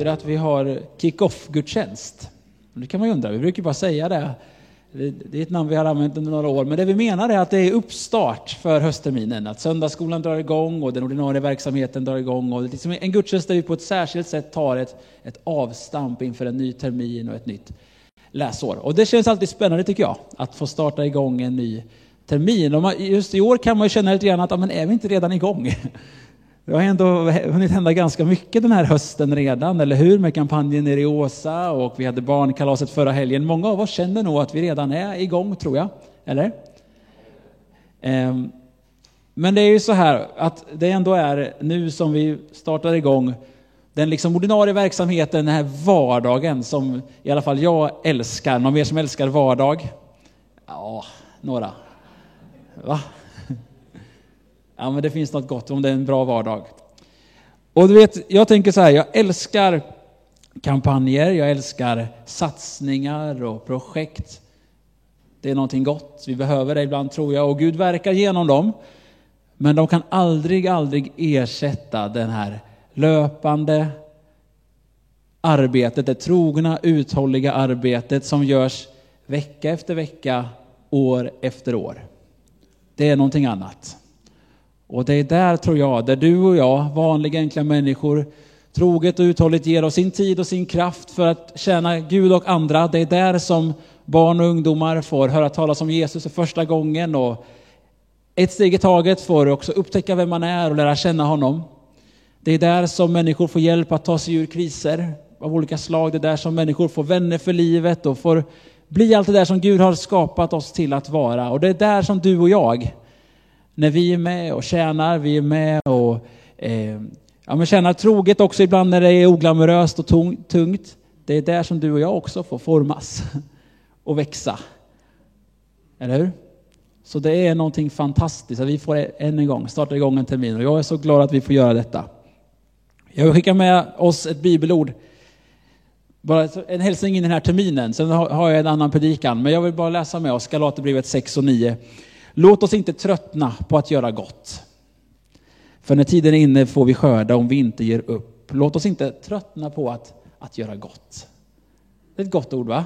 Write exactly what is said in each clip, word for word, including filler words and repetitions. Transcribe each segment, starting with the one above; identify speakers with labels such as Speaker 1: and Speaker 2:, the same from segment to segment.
Speaker 1: att vi har kick-off-gudstjänst. Det kan man ju undra, vi brukar bara säga det. Det är ett namn vi har använt under några år. Men det vi menar är att det är uppstart för höstterminen. Att söndagsskolan drar igång och den ordinarie verksamheten drar igång. Och det är liksom en gudstjänst där vi på ett särskilt sätt tar ett, ett avstamp inför en ny termin och ett nytt läsår. Och det känns alltid spännande tycker jag. Att få starta igång en ny termin. Och man, just i år kan man ju känna lite grann att ja, men är vi inte redan igång? Det har ändå hunnit hända ganska mycket den här hösten redan, eller hur? Med kampanjen nere i Åsa och vi hade barnkalaset förra helgen. Många av oss känner nog att vi redan är igång, tror jag. Eller? Men det är ju så här att det ändå är nu som vi startar igång den liksom ordinarie verksamheten, den här vardagen som i alla fall jag älskar. Någon mer som älskar vardag? Ja, några. Va? Ja, men det finns något gott om det är en bra vardag. Och du vet, jag tänker så här, jag älskar kampanjer, jag älskar satsningar och projekt. Det är någonting gott, vi behöver det ibland tror jag, och Gud verkar genom dem. Men de kan aldrig, aldrig ersätta den här löpande arbetet, det trogna, uthålliga arbetet som görs vecka efter vecka, år efter år. Det är någonting annat. Och det är där tror jag, där du och jag, vanliga enkla människor, troget och uthålligt ger oss sin tid och sin kraft för att tjäna Gud och andra. Det är där som barn och ungdomar får höra talas om Jesus för första gången och ett steg i taget får också upptäcka vem man är och lära känna honom. Det är där som människor får hjälp att ta sig ur kriser av olika slag. Det är där som människor får vänner för livet och får bli allt det där som Gud har skapat oss till att vara. Och det är där som du och jag, när vi är med och tjänar, vi är med och eh, ja, men tjänar troget också ibland när det är oglamoröst och tungt. Det är där som du och jag också får formas och växa. Eller hur? Så det är någonting fantastiskt att vi får än en gång starta igång en termin. Och jag är så glad att vi får göra detta. Jag vill skicka med oss ett bibelord. Bara en hälsning in i den här terminen. Sen har jag en annan predikan. Men jag vill bara läsa med oss Galaterbrevet sex och nio. Låt oss inte tröttna på att göra gott. För när tiden är inne får vi skörda om vi inte ger upp. Låt oss inte tröttna på att, att göra gott. Det är ett gott ord, va?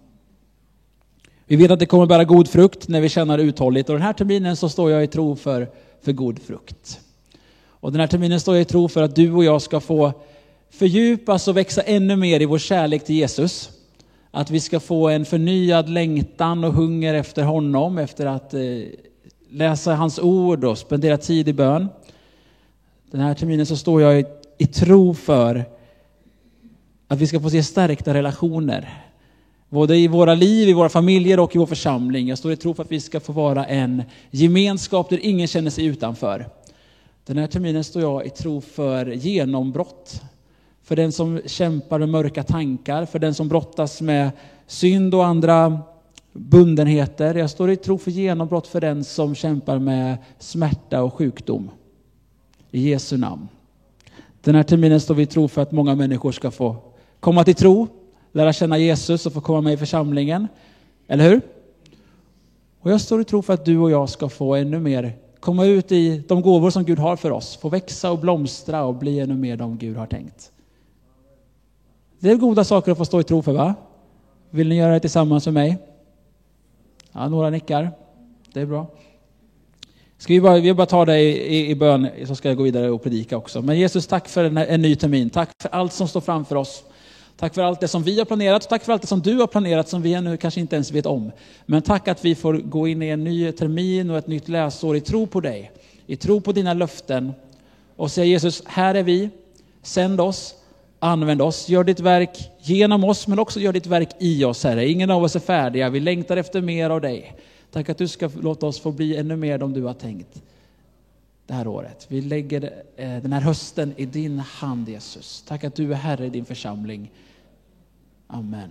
Speaker 1: Vi vet att det kommer bära god frukt när vi känner uthålligt. Och den här terminen så står jag i tro för, för god frukt. Och den här terminen står jag i tro för att du och jag ska få fördjupas och växa ännu mer i vår kärlek till Jesus. Att vi ska få en förnyad längtan och hunger efter honom. Efter att eh, läsa hans ord och spendera tid i bön. Den här terminen så står jag i, i tro för att vi ska få se stärkta relationer. Både i våra liv, i våra familjer och i vår församling. Jag står i tro för att vi ska få vara en gemenskap där ingen känner sig utanför. Den här terminen står jag i tro för genombrott. För den som kämpar med mörka tankar. För den som brottas med synd och andra bundenheter. Jag står i tro för genombrott för den som kämpar med smärta och sjukdom. I Jesu namn. Den här terminen står vi i tro för att många människor ska få komma till tro. Lära känna Jesus och få komma med i församlingen. Eller hur? Och jag står i tro för att du och jag ska få ännu mer komma ut i de gåvor som Gud har för oss. Få växa och blomstra och bli ännu mer de Gud har tänkt. Det är goda saker att få stå i tro för, va? Vill ni göra det tillsammans med mig? Ja, några nickar. Det är bra. Ska vi bara, vi bara ta det i, i, i bön så ska jag gå vidare och predika också. Men Jesus, tack för en, en ny termin. Tack för allt som står framför oss. Tack för allt det som vi har planerat. Tack för allt det som du har planerat som vi ännu kanske inte ens vet om. Men tack att vi får gå in i en ny termin och ett nytt läsår i tro på dig. I tro på dina löften. Och säga Jesus, här är vi. Sänd oss. Använd oss. Gör ditt verk genom oss men också gör ditt verk i oss, Herre. Ingen av oss är färdiga. Vi längtar efter mer av dig. Tack att du ska låta oss få bli ännu mer om du har tänkt det här året. Vi lägger eh, den här hösten i din hand, Jesus. Tack att du är Herre i din församling. Amen.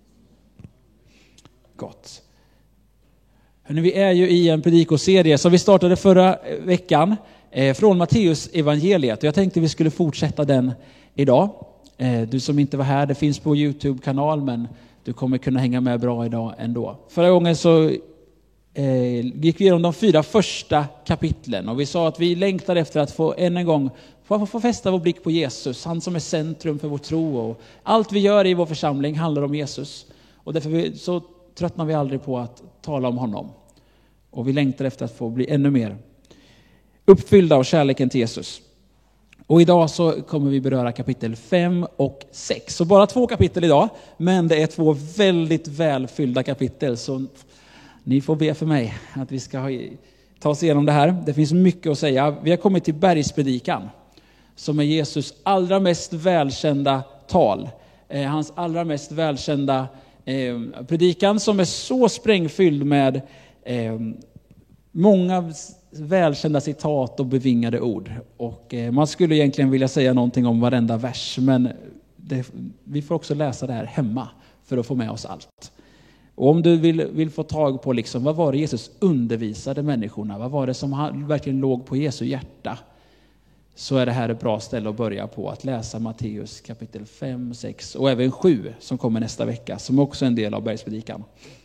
Speaker 1: Gott. Hörrni, vi är ju i en predikoserie som vi startade förra veckan eh, från Matteus evangeliet. Och jag tänkte vi skulle fortsätta den idag. Eh, du som inte var här, det finns på YouTube-kanal men du kommer kunna hänga med bra idag ändå. Förra gången så eh, gick vi igenom de fyra första kapitlen. Och vi sa att vi längtar efter att få än en gång få, få fästa vår blick på Jesus. Han som är centrum för vår tro. Och allt vi gör i vår församling handlar om Jesus. Och därför vi, så tröttnar vi aldrig på att tala om honom. Och vi längtar efter att få bli ännu mer uppfyllda av kärleken till Jesus. Och idag så kommer vi beröra kapitel fem och sex. Så bara två kapitel idag, men det är två väldigt välfyllda kapitel. Så ni får be för mig att vi ska ta oss igenom det här. Det finns mycket att säga. Vi har kommit till bergspredikan, som är Jesus allra mest välkända tal. Eh, hans allra mest välkända eh, predikan, som är så sprängfylld med eh, många välkända citat och bevingade ord. Och eh, man skulle egentligen vilja säga någonting om varenda vers, men det, vi får också läsa det här hemma för att få med oss allt. Och om du vill, vill få tag på liksom, vad var det Jesus undervisade människorna, vad var det som han, verkligen låg på Jesu hjärta, så är det här ett bra ställe att börja på, att läsa Matteus kapitel fem, sex och även sju som kommer nästa vecka, som också är en del av bergspredikan.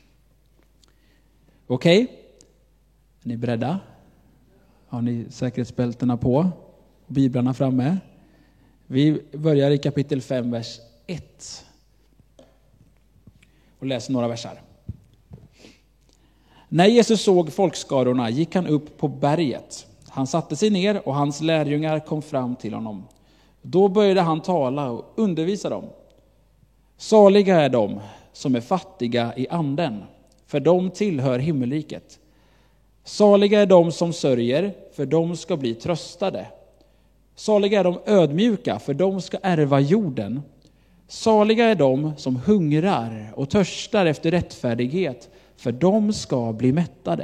Speaker 1: Okej? Okay? Är ni beredda? Har ni säkerhetsbältena på? Biblarna framme? Vi börjar i kapitel fem, vers ett. Och läser några versar. När Jesus såg folkskarorna gick han upp på berget. Han satte sig ner och hans lärjungar kom fram till honom. Då började han tala och undervisa dem. Saliga är de som är fattiga i anden, för de tillhör himmelriket. Saliga är de som sörjer, för de ska bli tröstade. Saliga är de ödmjuka, för de ska ärva jorden. Saliga är de som hungrar och törstar efter rättfärdighet, för de ska bli mättade.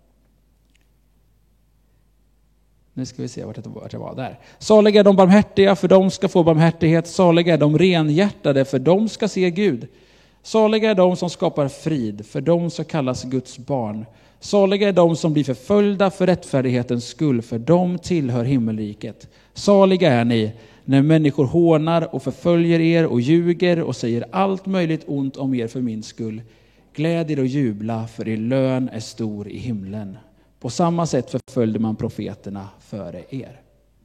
Speaker 1: Nu ska vi se vart jag var där. Saliga är de barmhärtiga, för de ska få barmhärtighet. Saliga är de renhjärtade, för de ska se Gud. Saliga är de som skapar frid, för de ska kallas Guds barn. Saliga är de som blir förföljda för rättfärdighetens skull, för de tillhör himmelriket. Saliga är ni när människor hånar och förföljer er och ljuger och säger allt möjligt ont om er för min skull. Gläd er och jubla, för er lön är stor i himlen. På samma sätt förföljde man profeterna före er.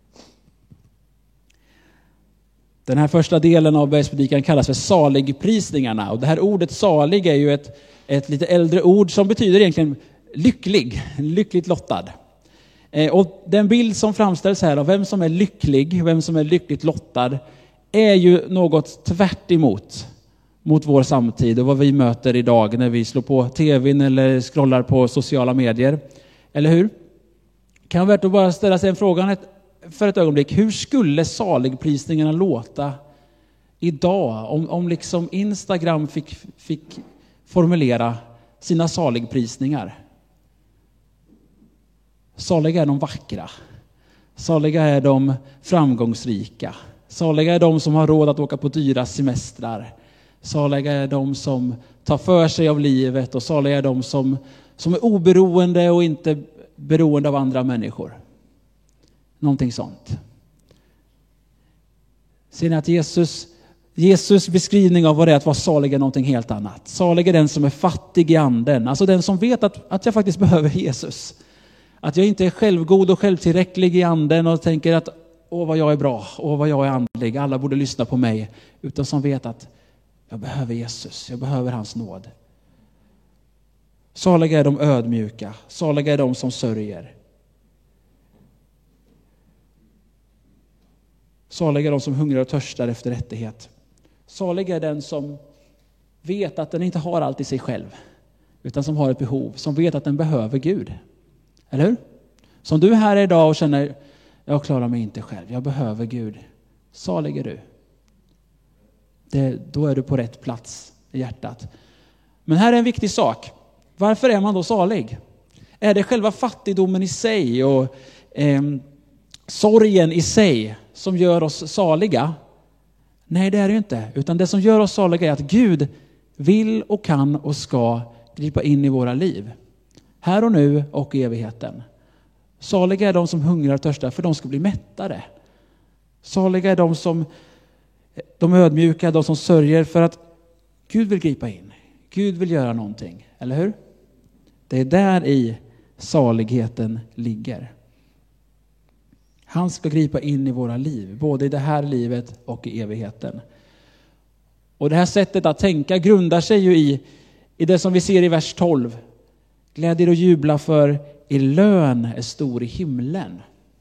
Speaker 1: Den här första delen av bergspredikan kallas för saligprisningarna. Och det här ordet salig är ju ett, ett lite äldre ord som betyder egentligen lycklig, lyckligt lottad. Eh, och den bild som framställs här av vem som är lycklig, vem som är lyckligt lottad, är ju något tvärt emot mot vår samtid och vad vi möter idag när vi slår på tvn eller scrollar på sociala medier. Eller hur? Kan värt att bara ställa sig en fråga ett, för ett ögonblick. Hur skulle saligprisningarna låta idag om, om liksom Instagram fick, fick formulera sina saligprisningar? Saliga är de vackra. Saliga är de framgångsrika. Saliga är de som har råd att åka på dyra semestrar. Saliga är de som tar för sig av livet. Och saliga är de som, som är oberoende och inte beroende av andra människor. Någonting sånt. Ser ni att Jesus, Jesus beskrivning av vad det är att vara salig är någonting helt annat. Salig är den som är fattig i anden. Alltså den som vet att, att jag faktiskt behöver Jesus. Att jag inte är självgod och självtillräcklig i anden och tänker att åh vad jag är bra, åh vad jag är andlig, alla borde lyssna på mig. Utan som vet att jag behöver Jesus, jag behöver hans nåd. Saliga är de ödmjuka, saliga är de som sörjer. Saliga är de som hungrar och törstar efter rättighet. Saliga är den som vet att den inte har allt i sig själv, utan som har ett behov, som vet att den behöver Gud. Eller hur? Som du är här idag och känner, jag klarar mig inte själv, jag behöver Gud. Salig är du. Det, då är du på rätt plats i hjärtat. Men här är en viktig sak. Varför är man då salig? Är det själva fattigdomen i sig och eh, sorgen i sig som gör oss saliga? Nej, det är det ju inte. Utan det som gör oss saliga är att Gud vill och kan och ska gripa in i våra liv. Här och nu och i evigheten. Saliga är de som hungrar och törstar, för de ska bli mättade. Saliga är de som de ödmjuka, de som sörjer, för att Gud vill gripa in. Gud vill göra någonting, eller hur? Det är där i saligheten ligger. Han ska gripa in i våra liv, både i det här livet och i evigheten. Och det här sättet att tänka grundar sig ju i, i det som vi ser i vers tolv. Gläd er och jubla, för er lön är stor i himlen.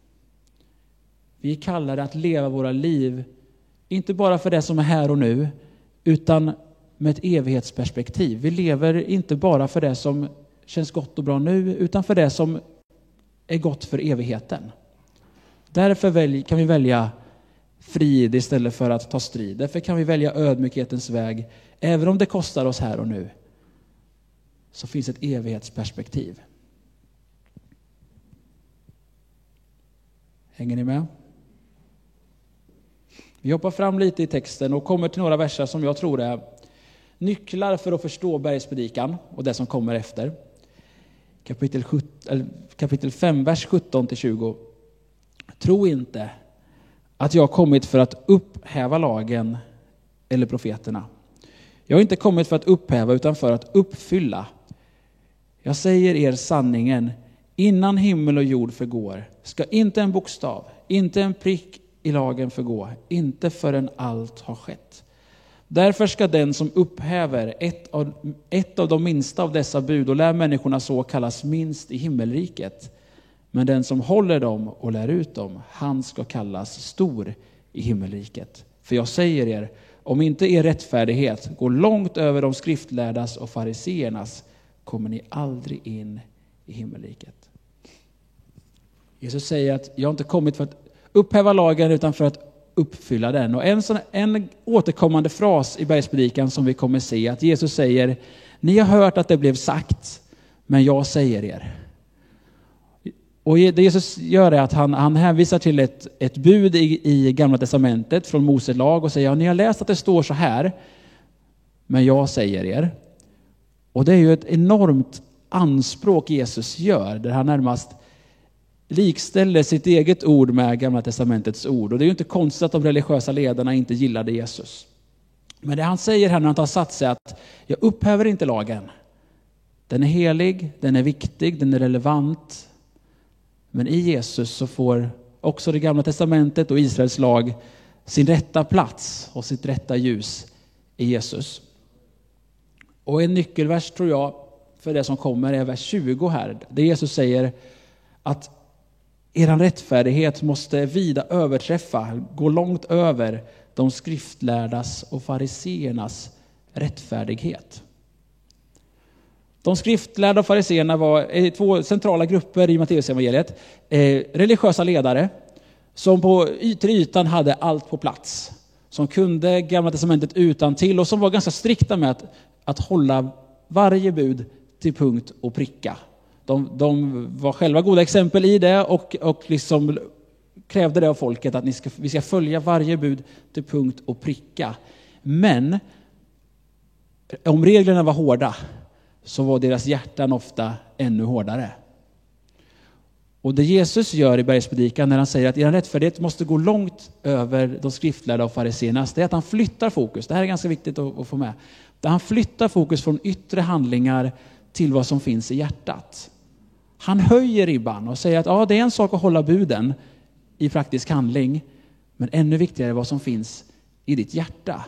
Speaker 1: Vi kallar det att leva våra liv, inte bara för det som är här och nu, utan med ett evighetsperspektiv. Vi lever inte bara för det som känns gott och bra nu, utan för det som är gott för evigheten. Därför välj, kan vi välja frid istället för att ta strid. Därför kan vi välja ödmjukhetens väg. Även om det kostar oss här och nu, så finns ett evighetsperspektiv. Hänger ni med? Vi hoppar fram lite i texten och kommer till några verser som jag tror är nycklar för att förstå bergspredikan och det som kommer efter. Kapitel, sjutton, kapitel fem, vers sjutton till tjugo. Tro inte att jag har kommit för att upphäva lagen eller profeterna. Jag har inte kommit för att upphäva utan för att uppfylla. Jag säger er sanningen, innan himmel och jord förgår ska inte en bokstav, inte en prick i lagen förgå, inte förrän allt har skett. Därför ska den som upphäver ett av, ett av de minsta av dessa bud och lär människorna så kallas minst i himmelriket. Men den som håller dem och lär ut dem, han ska kallas stor i himmelriket. För jag säger er, om inte er rättfärdighet går långt över de skriftlärdas och fariseernas, kommer ni aldrig in i himmelriket. Jesus säger att jag inte kommit för att upphäva lagen utan för att uppfylla den. Och en, sån, en återkommande fras i bergspredikan som vi kommer se, att Jesus säger, ni har hört att det blev sagt, men jag säger er. Och det Jesus gör är att han, han hänvisar till ett, ett bud i, i Gamla testamentet från Mose lag och säger, ja, ni har läst att det står så här, men jag säger er. Och det är ju ett enormt anspråk Jesus gör, där han närmast likställer sitt eget ord med Gamla testamentets ord. Och det är ju inte konstigt att de religiösa ledarna inte gillade Jesus. Men det han säger här när han tar sats är att jag upphäver inte lagen. Den är helig, den är viktig, den är relevant. Men i Jesus så får också det Gamla testamentet och Israels lag sin rätta plats och sitt rätta ljus i Jesus. Och en nyckelvers tror jag för det som kommer är vers tjugo här. Där Jesus säger att eran rättfärdighet måste vida överträffa, gå långt över de skriftlärdas och fariseernas rättfärdighet. De skriftlärda och fariseerna var två centrala grupper i Matteusevangeliet. Eh, religiösa ledare som på till ytan hade allt på plats. Som kunde Gamla testamentet utan till och som var ganska strikta med att, att hålla varje bud till punkt och pricka. De, de var själva goda exempel i det och, och liksom krävde det av folket att ni ska, vi ska följa varje bud till punkt och pricka. Men om reglerna var hårda så var deras hjärtan ofta ännu hårdare. Och det Jesus gör i bergspredikan när han säger att er rättfärdighet måste gå långt över de skriftlärda och fariseernas, det är att han flyttar fokus. Det här är ganska viktigt att, att få med. Där han flyttar fokus från yttre handlingar till vad som finns i hjärtat. Han höjer ribban och säger att ja, det är en sak att hålla buden i praktisk handling, men ännu viktigare är vad som finns i ditt hjärta.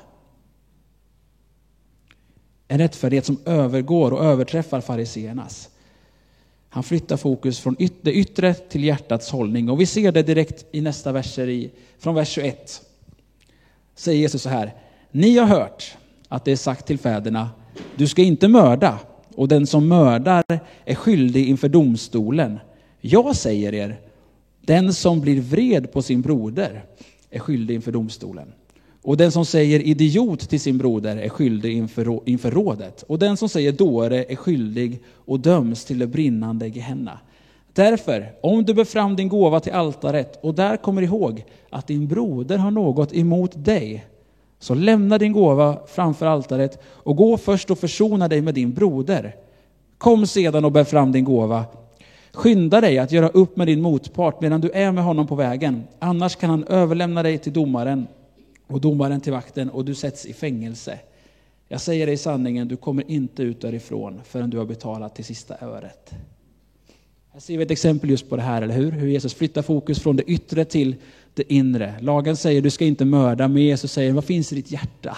Speaker 1: En rättfärdighet som övergår och överträffar fariseernas. Han flyttar fokus från yt- det yttre till hjärtats hållning. Och vi ser det direkt i nästa verser i, från vers tjugoett. Säger Jesus så här. Ni har hört att det är sagt till fäderna, du ska inte mörda. Och den som mördar är skyldig inför domstolen. Jag säger er, den som blir vred på sin broder är skyldig inför domstolen. Och den som säger idiot till sin broder är skyldig inför, inför rådet. Och den som säger dåre är skyldig och döms till det brinnande Gehenna. Därför, om du bär fram din gåva till altaret och där kommer ihåg att din broder har något emot dig, så lämna din gåva framför altaret och gå först och försona dig med din broder. Kom sedan och bär fram din gåva. Skynda dig att göra upp med din motpart medan du är med honom på vägen. Annars kan han överlämna dig till domaren och domaren till vakten och du sätts i fängelse. Jag säger dig i sanningen, du kommer inte ut därifrån förrän du har betalat till sista öret. Här ser vi ett exempel just på det här, eller hur? Hur Jesus flyttar fokus från det yttre till det inre. Lagen säger du ska inte mörda, men Jesus säger vad finns i ditt hjärta?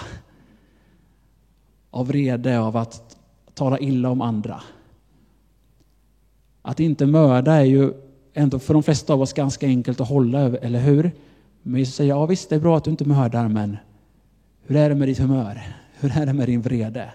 Speaker 1: Av vrede, av att tala illa om andra. Att inte mörda är ju ändå för de flesta av oss ganska enkelt att hålla över, eller hur? Men Jesus säger, ja visst det är bra att du inte mördar, men hur är det med ditt humör? Hur är det med din vrede?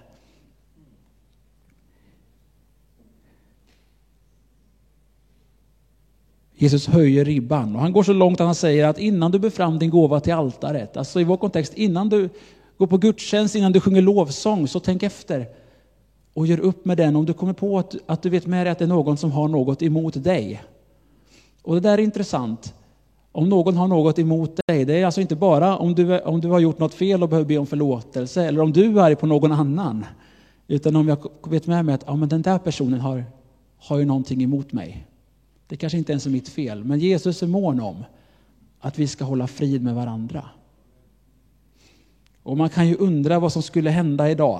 Speaker 1: Jesus höjer ribban och han går så långt att han säger att innan du bär fram din gåva till altaret, alltså i vår kontext, innan du går på gudstjänst, innan du sjunger lovsång, så tänk efter och gör upp med den om du kommer på att, att du vet med dig att det är någon som har något emot dig. Och det där är intressant. Om någon har något emot dig, det är alltså inte bara om du, om du har gjort något fel och behöver be om förlåtelse, eller om du är arg på någon annan, utan om jag vet med mig att ja, men den där personen har, har ju någonting emot mig. Det kanske inte ens är mitt fel, men Jesus är mån om att vi ska hålla frid med varandra. Och man kan ju undra vad som skulle hända idag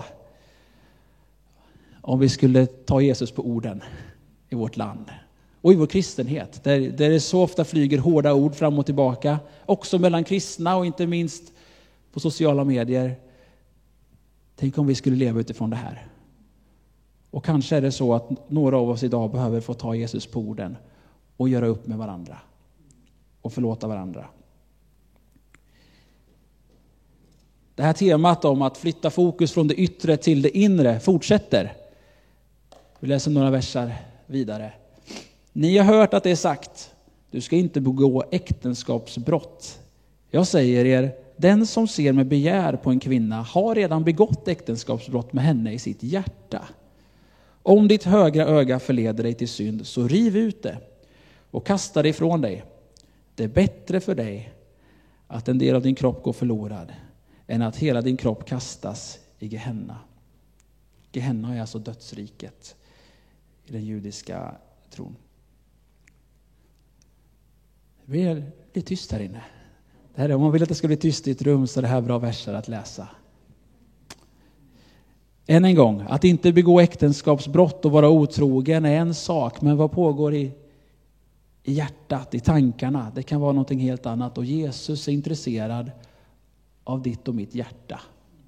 Speaker 1: om vi skulle ta Jesus på orden i vårt land. Och i vår kristenhet, där, där det så ofta flyger hårda ord fram och tillbaka. Också mellan kristna och inte minst på sociala medier. Tänk om vi skulle leva utifrån det här. Och kanske är det så att några av oss idag behöver få ta Jesus på orden och göra upp med varandra. Och förlåta varandra. Det här temat om att flytta fokus från det yttre till det inre fortsätter. Vi läser några versar vidare. Ni har hört att det är sagt, du ska inte begå äktenskapsbrott. Jag säger er, den som ser med begär på en kvinna har redan begått äktenskapsbrott med henne i sitt hjärta. Om ditt högra öga förleder dig till synd, så riv ut det och kasta det ifrån dig. Det är bättre för dig att en del av din kropp går förlorad än att hela din kropp kastas i Gehenna. Gehenna är alltså dödsriket i den judiska tron. Det blir lite tyst här inne. Det här är, om man vill att det ska bli tyst i ett rum, så är det här bra verser att läsa. Än en gång, att inte begå äktenskapsbrott och vara otrogen är en sak, men vad pågår i, i hjärtat, i tankarna, det kan vara någonting helt annat. Och Jesus är intresserad av ditt och mitt hjärta.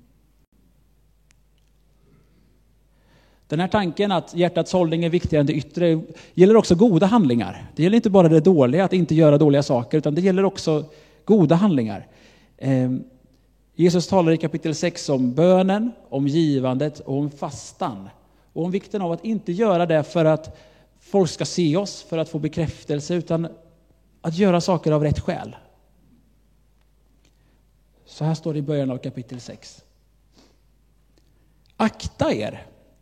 Speaker 1: Den här tanken att hjärtats hållning är viktigare än det yttre gäller också goda handlingar. Det gäller inte bara det dåliga, att inte göra dåliga saker, utan det gäller också goda handlingar. Eh, Jesus talar i kapitel sex om bönen, om givandet och om fastan. Och om vikten av att inte göra det för att folk ska se oss, för att få bekräftelse, utan att göra saker av rätt skäl. Så här står det i början av kapitel sex. Akta er.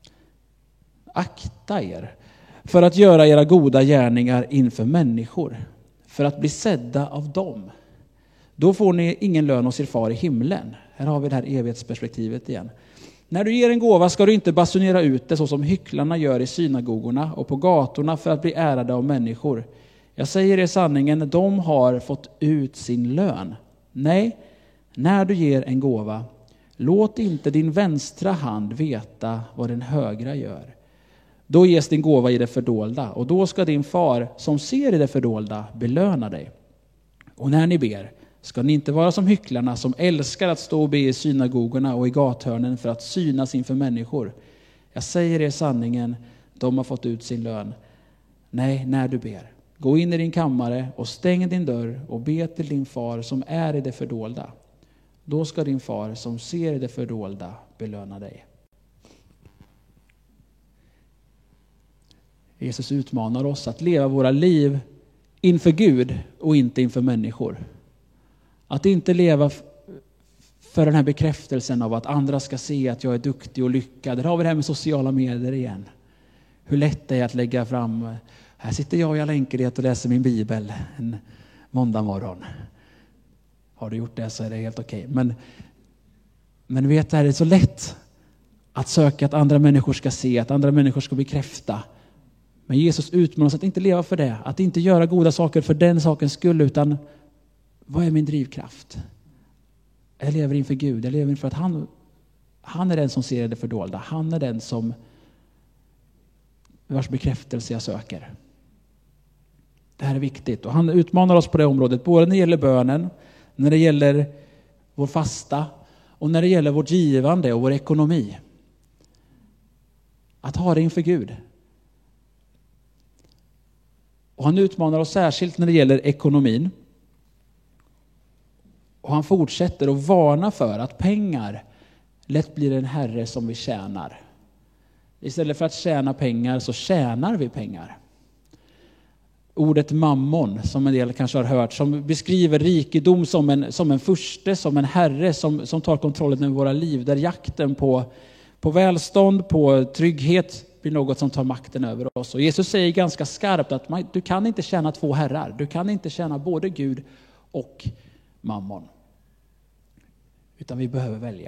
Speaker 1: Akta er för att göra era goda gärningar inför människor, för att bli sedda av dem. Då får ni ingen lön hos er far i himlen. Här har vi det här evighetsperspektivet igen. När du ger en gåva ska du inte basunera ut det så som hycklarna gör i synagogorna och på gatorna för att bli ärade av människor. Jag säger er sanningen, de har fått ut sin lön. Nej, när du ger en gåva, låt inte din vänstra hand veta vad den högra gör. Då ges din gåva i det fördolda, och då ska din far som ser i det fördolda belöna dig. Och när ni ber ska ni inte vara som hycklarna som älskar att stå och be i synagogorna och i gathörnen för att synas inför människor. Jag säger er sanningen, de har fått ut sin lön. Nej, när du ber, gå in i din kammare och stäng din dörr och be till din far som är i det fördolda. Då ska din far som ser i det fördolda belöna dig. Jesus utmanar oss att leva våra liv inför Gud och inte inför människor. Att inte leva för den här bekräftelsen av att andra ska se att jag är duktig och lyckad. Där har vi det här med sociala medier igen. Hur lätt det är att lägga fram, här sitter jag i all enkelhet och läser min bibel en måndag morgon. Har du gjort det så är det helt okej. Men, men vet det här är så lätt att söka att andra människor ska se, att andra människor ska bekräfta. Men Jesus utmanar oss att inte leva för det. Att inte göra goda saker för den sakens skull, utan vad är min drivkraft? Jag lever inför Gud. Jag lever inför att han, Han är den som ser det fördolda. Han är den som vars bekräftelse jag söker. Det här är viktigt. Och han utmanar oss på det området. Både när det gäller bönen, när det gäller vår fasta och när det gäller vårt givande och vår ekonomi. Att ha det inför Gud. Och han utmanar oss särskilt när det gäller ekonomin. Och han fortsätter att varna för att pengar lätt blir en herre som vi tjänar. Istället för att tjäna pengar så tjänar vi pengar. Ordet mammon, som en del kanske har hört, som beskriver rikedom som en, som en furste, som en herre som, som tar kontrollen över våra liv. Där jakten på, på välstånd, på trygghet blir något som tar makten över oss. Och Jesus säger ganska skarpt att man, du kan inte tjäna två herrar. Du kan inte tjäna både Gud och mammon. Utan vi behöver välja.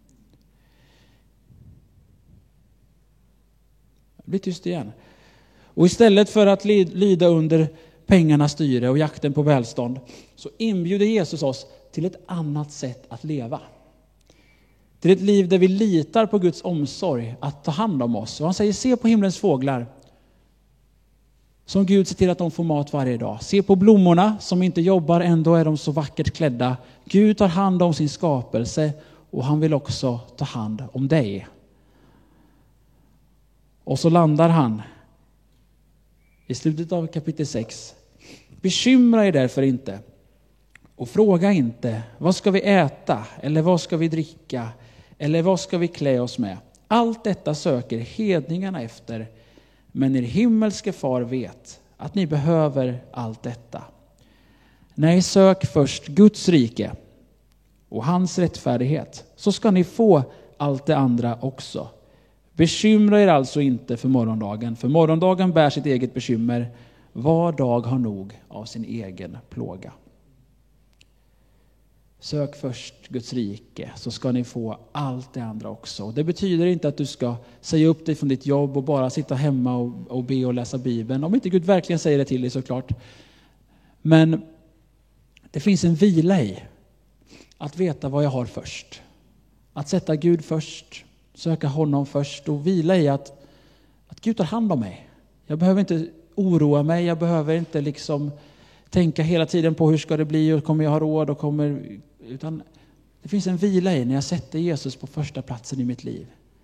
Speaker 1: Det blir tyst igen. Och istället för att lyda under pengarnas styre och jakten på välstånd så inbjuder Jesus oss till ett annat sätt att leva. Till ett liv där vi litar på Guds omsorg att ta hand om oss. Och han säger, se på himlens fåglar som Gud ser till att de får mat varje dag. Se på blommorna som inte jobbar, ändå är de så vackert klädda. Gud tar hand om sin skapelse och han vill också ta hand om dig. Och så landar han i slutet av kapitel sex. Bekymra er därför inte. Och fråga inte, vad ska vi äta? Eller vad ska vi dricka? Eller vad ska vi klä oss med? Allt detta söker hedningarna efter. Men er himmelske far vet att ni behöver allt detta. Nej, sök först Guds rike och hans rättfärdighet. Så ska ni få allt det andra också. Bekymra er alltså inte för morgondagen. För morgondagen bär sitt eget bekymmer. Var dag har nog av sin egen plåga. Sök först Guds rike så ska ni få allt det andra också. Det betyder inte att du ska säga upp dig från ditt jobb och bara sitta hemma och, och be och läsa Bibeln. Om inte Gud verkligen säger det till dig såklart. Men det finns en vila i att veta vad jag har först. Att sätta Gud först. Söka honom först och vila i att, att Gud tar hand om mig. Jag behöver inte oroa mig. Jag behöver inte liksom tänka hela tiden på hur ska det bli och kommer jag ha råd och kommer... Utan det finns en vila i när jag sätter Jesus på första platsen i mitt liv.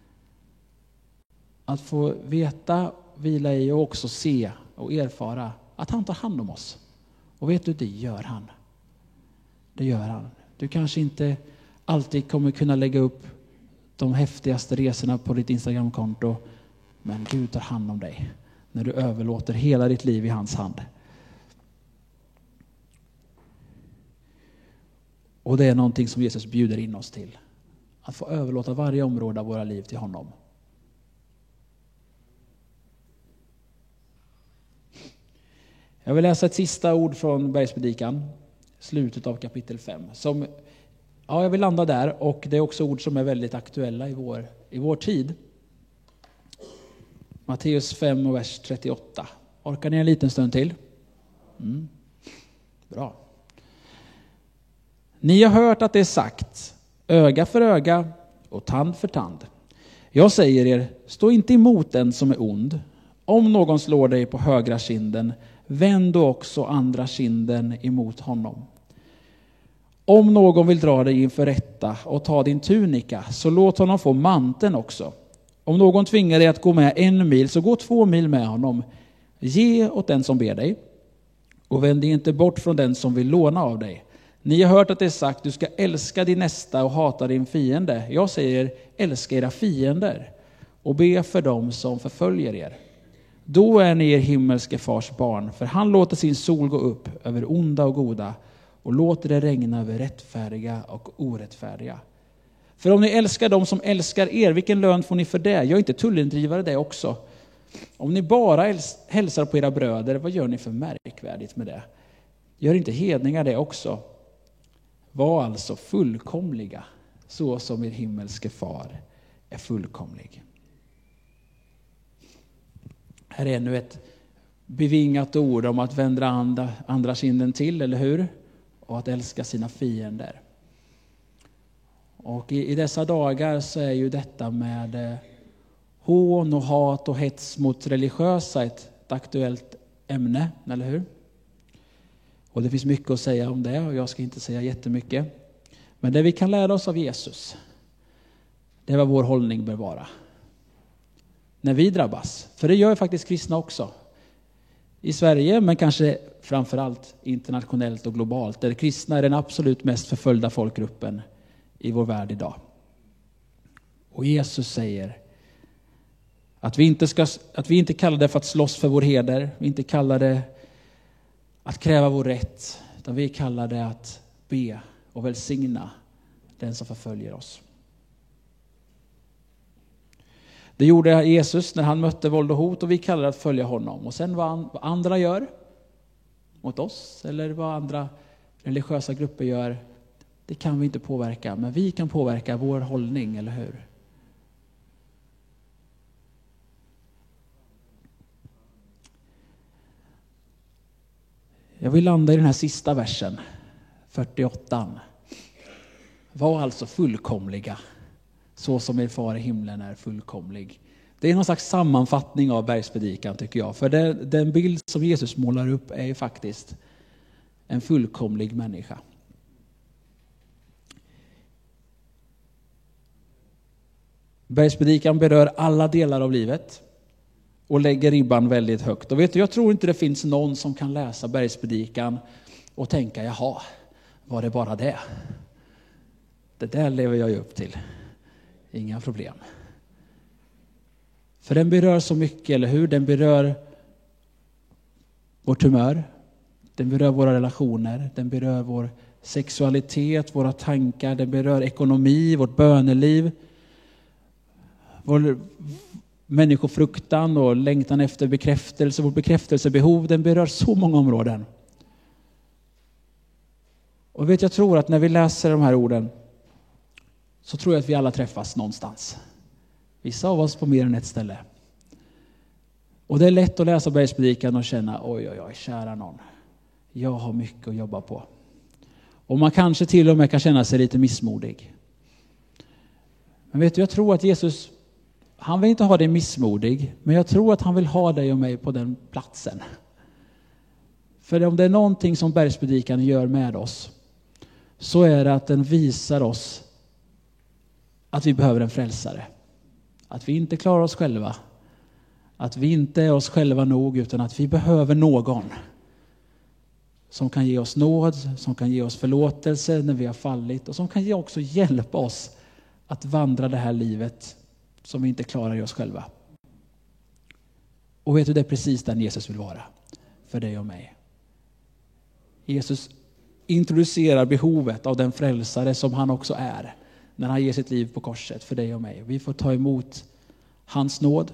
Speaker 1: Att få veta, vila i och också se och erfara att han tar hand om oss. Och vet du, det gör han. Det gör han. Du kanske inte alltid kommer kunna lägga upp de häftigaste resorna på ditt Instagramkonto. Men Gud tar hand om dig när du överlåter hela ditt liv i hans hand. Och det är någonting som Jesus bjuder in oss till. Att få överlåta varje område av våra liv till honom. Jag vill läsa ett sista ord från Bergspredikan. Slutet av kapitel fem. Som, ja, jag vill landa där och det är också ord som är väldigt aktuella i vår, i vår tid. Matteus fem och vers trettioåtta. Orkar ni en liten stund till? Mm. Bra. Ni har hört att det är sagt, öga för öga och tand för tand. Jag säger er, stå inte emot den som är ond. Om någon slår dig på högra kinden, vänd då också andra kinden emot honom. Om någon vill dra dig inför rätta och ta din tunika, så låt honom få manteln också. Om någon tvingar dig att gå med en mil, så gå två mil med honom. Ge åt den som ber dig, och vänd dig inte bort från den som vill låna av dig. Ni har hört att det är sagt, du ska älska din nästa och hata din fiende. Jag säger er, älska era fiender och be för dem som förföljer er. Då är ni er himmelske fars barn, för han låter sin sol gå upp över onda och goda och låter det regna över rättfärdiga och orättfärdiga. För om ni älskar dem som älskar er, vilken lön får ni för det? Jag är inte tullindrivare det också. Om ni bara hälsar på era bröder, vad gör ni för märkvärdigt med det? Gör inte hedningar det också? Var alltså fullkomliga, så som er himmelske far är fullkomlig. Här är nu ett bevingat ord om att vända andra, andra kinden till, eller hur? Och att älska sina fiender. Och i, i dessa dagar så är ju detta med eh, hån och hat och hets mot religiösa ett, ett aktuellt ämne, eller hur? Och det finns mycket att säga om det och jag ska inte säga jättemycket. Men det vi kan lära oss av Jesus, det är vad vår hållning bör vara. När vi drabbas, för det gör faktiskt kristna också. I Sverige, men kanske framförallt internationellt och globalt. Där kristna är den absolut mest förföljda folkgruppen i vår värld idag. Och Jesus säger att vi inte, ska, att vi inte kallar det för att slåss för vår heder. Vi inte kallar det att kräva vår rätt. Utan vi kallar det att be och välsigna den som förföljer oss. Det gjorde Jesus när han mötte våld och hot och vi kallar det att följa honom. Och sen vad andra gör mot oss eller vad andra religiösa grupper gör, det kan vi inte påverka. Men vi kan påverka vår hållning, eller hur? Jag vill landa i den här sista versen, fyrtioåtta. Var alltså fullkomliga, så som er far i himlen är fullkomlig. Det är någon slags sammanfattning av bergspredikan tycker jag. För det, den bild som Jesus målar upp är faktiskt en fullkomlig människa. Bergspredikan berör alla delar av livet och lägger ribban väldigt högt. Och vet du, jag tror inte det finns någon som kan läsa bergspredikan och tänka, jaha, var det bara det? Det där lever jag ju upp till. Inga problem. För den berör så mycket, eller hur? Den berör vårt humör. Den berör våra relationer. Den berör vår sexualitet, våra tankar. Den berör ekonomi, vårt böneliv. Vår människofruktan och längtan efter bekräftelse. Vårt bekräftelsebehov. Den berör så många områden. Och vet, jag tror att när vi läser de här orden så tror jag att vi alla träffas någonstans. Vissa av oss på mer än ett ställe. Och det är lätt att läsa bergspredikan och känna, oj oj oj, kära någon. Jag har mycket att jobba på. Och man kanske till och med kan känna sig lite missmodig. Men vet du, jag tror att Jesus, han vill inte ha dig missmodig. Men jag tror att han vill ha dig och mig på den platsen. För om det är någonting som bergspredikan gör med oss, så är det att den visar oss att vi behöver en frälsare. Att vi inte klarar oss själva. Att vi inte är oss själva nog, utan att vi behöver någon som kan ge oss nåd, som kan ge oss förlåtelse när vi har fallit och som kan också hjälpa oss att vandra det här livet som vi inte klarar i oss själva. Och vet du, det är precis den Jesus vill vara för dig och mig. Jesus introducerar behovet av den frälsare som han också är när han ger sitt liv på korset för dig och mig. Vi får ta emot hans nåd,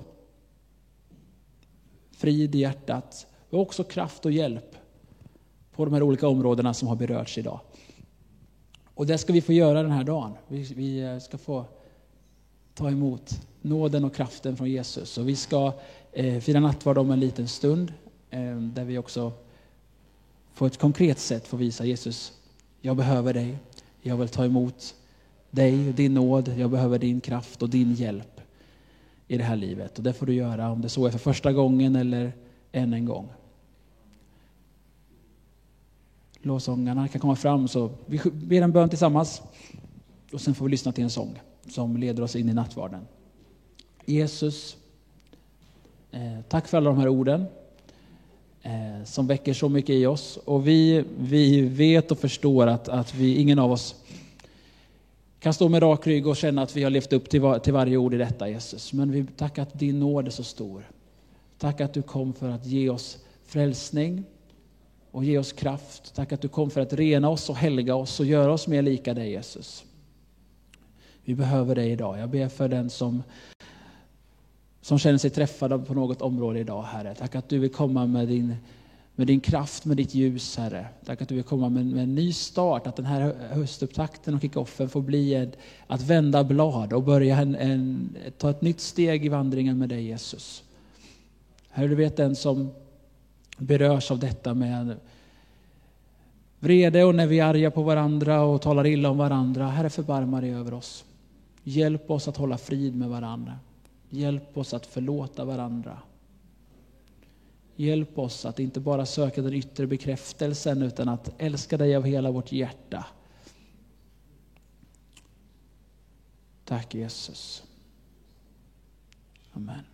Speaker 1: frid i hjärtat och också kraft och hjälp på de här olika områdena som har berörts idag. Och det ska vi få göra den här dagen. Vi, vi ska få ta emot nåden och kraften från Jesus. Och vi ska eh, fira nattvard om en liten stund eh, där vi också på ett konkret sätt får visa Jesus, jag behöver dig. Jag vill ta emot dig, din nåd. Jag behöver din kraft och din hjälp i det här livet. Och det får du göra om det så är för första gången eller än en gång. Lovsångarna kan komma fram, så vi ber en bön tillsammans. Och sen får vi lyssna till en sång som leder oss in i nattvarden. Jesus, eh, tack för alla de här orden eh, som väcker så mycket i oss. Och vi, vi vet och förstår att, att vi, ingen av oss kan stå med rak rygg och känna att vi har levt upp till, var, till varje ord i detta, Jesus. Men vi tackar att din nåd är så stor. Tack att du kom för att ge oss frälsning och ge oss kraft. Tack att du kom för att rena oss och helga oss och göra oss mer lika dig, Jesus. Vi behöver dig idag. Jag ber för den som, som känner sig träffad på något område idag, Herre. Tack att du vill komma med din, med din kraft, med ditt ljus, Herre. Tack att du vill komma med, med en ny start. Att den här höstupptakten och kickoffen får bli ett, att vända blad och börja en, en, ta ett nytt steg i vandringen med dig, Jesus. Herre, du vet den som berörs av detta med vrede och när vi är arga på varandra och talar illa om varandra. Herre, förbarma dig över oss. Hjälp oss att hålla frid med varandra. Hjälp oss att förlåta varandra. Hjälp oss att inte bara söka den yttre bekräftelsen utan att älska dig av hela vårt hjärta. Tack Jesus. Amen.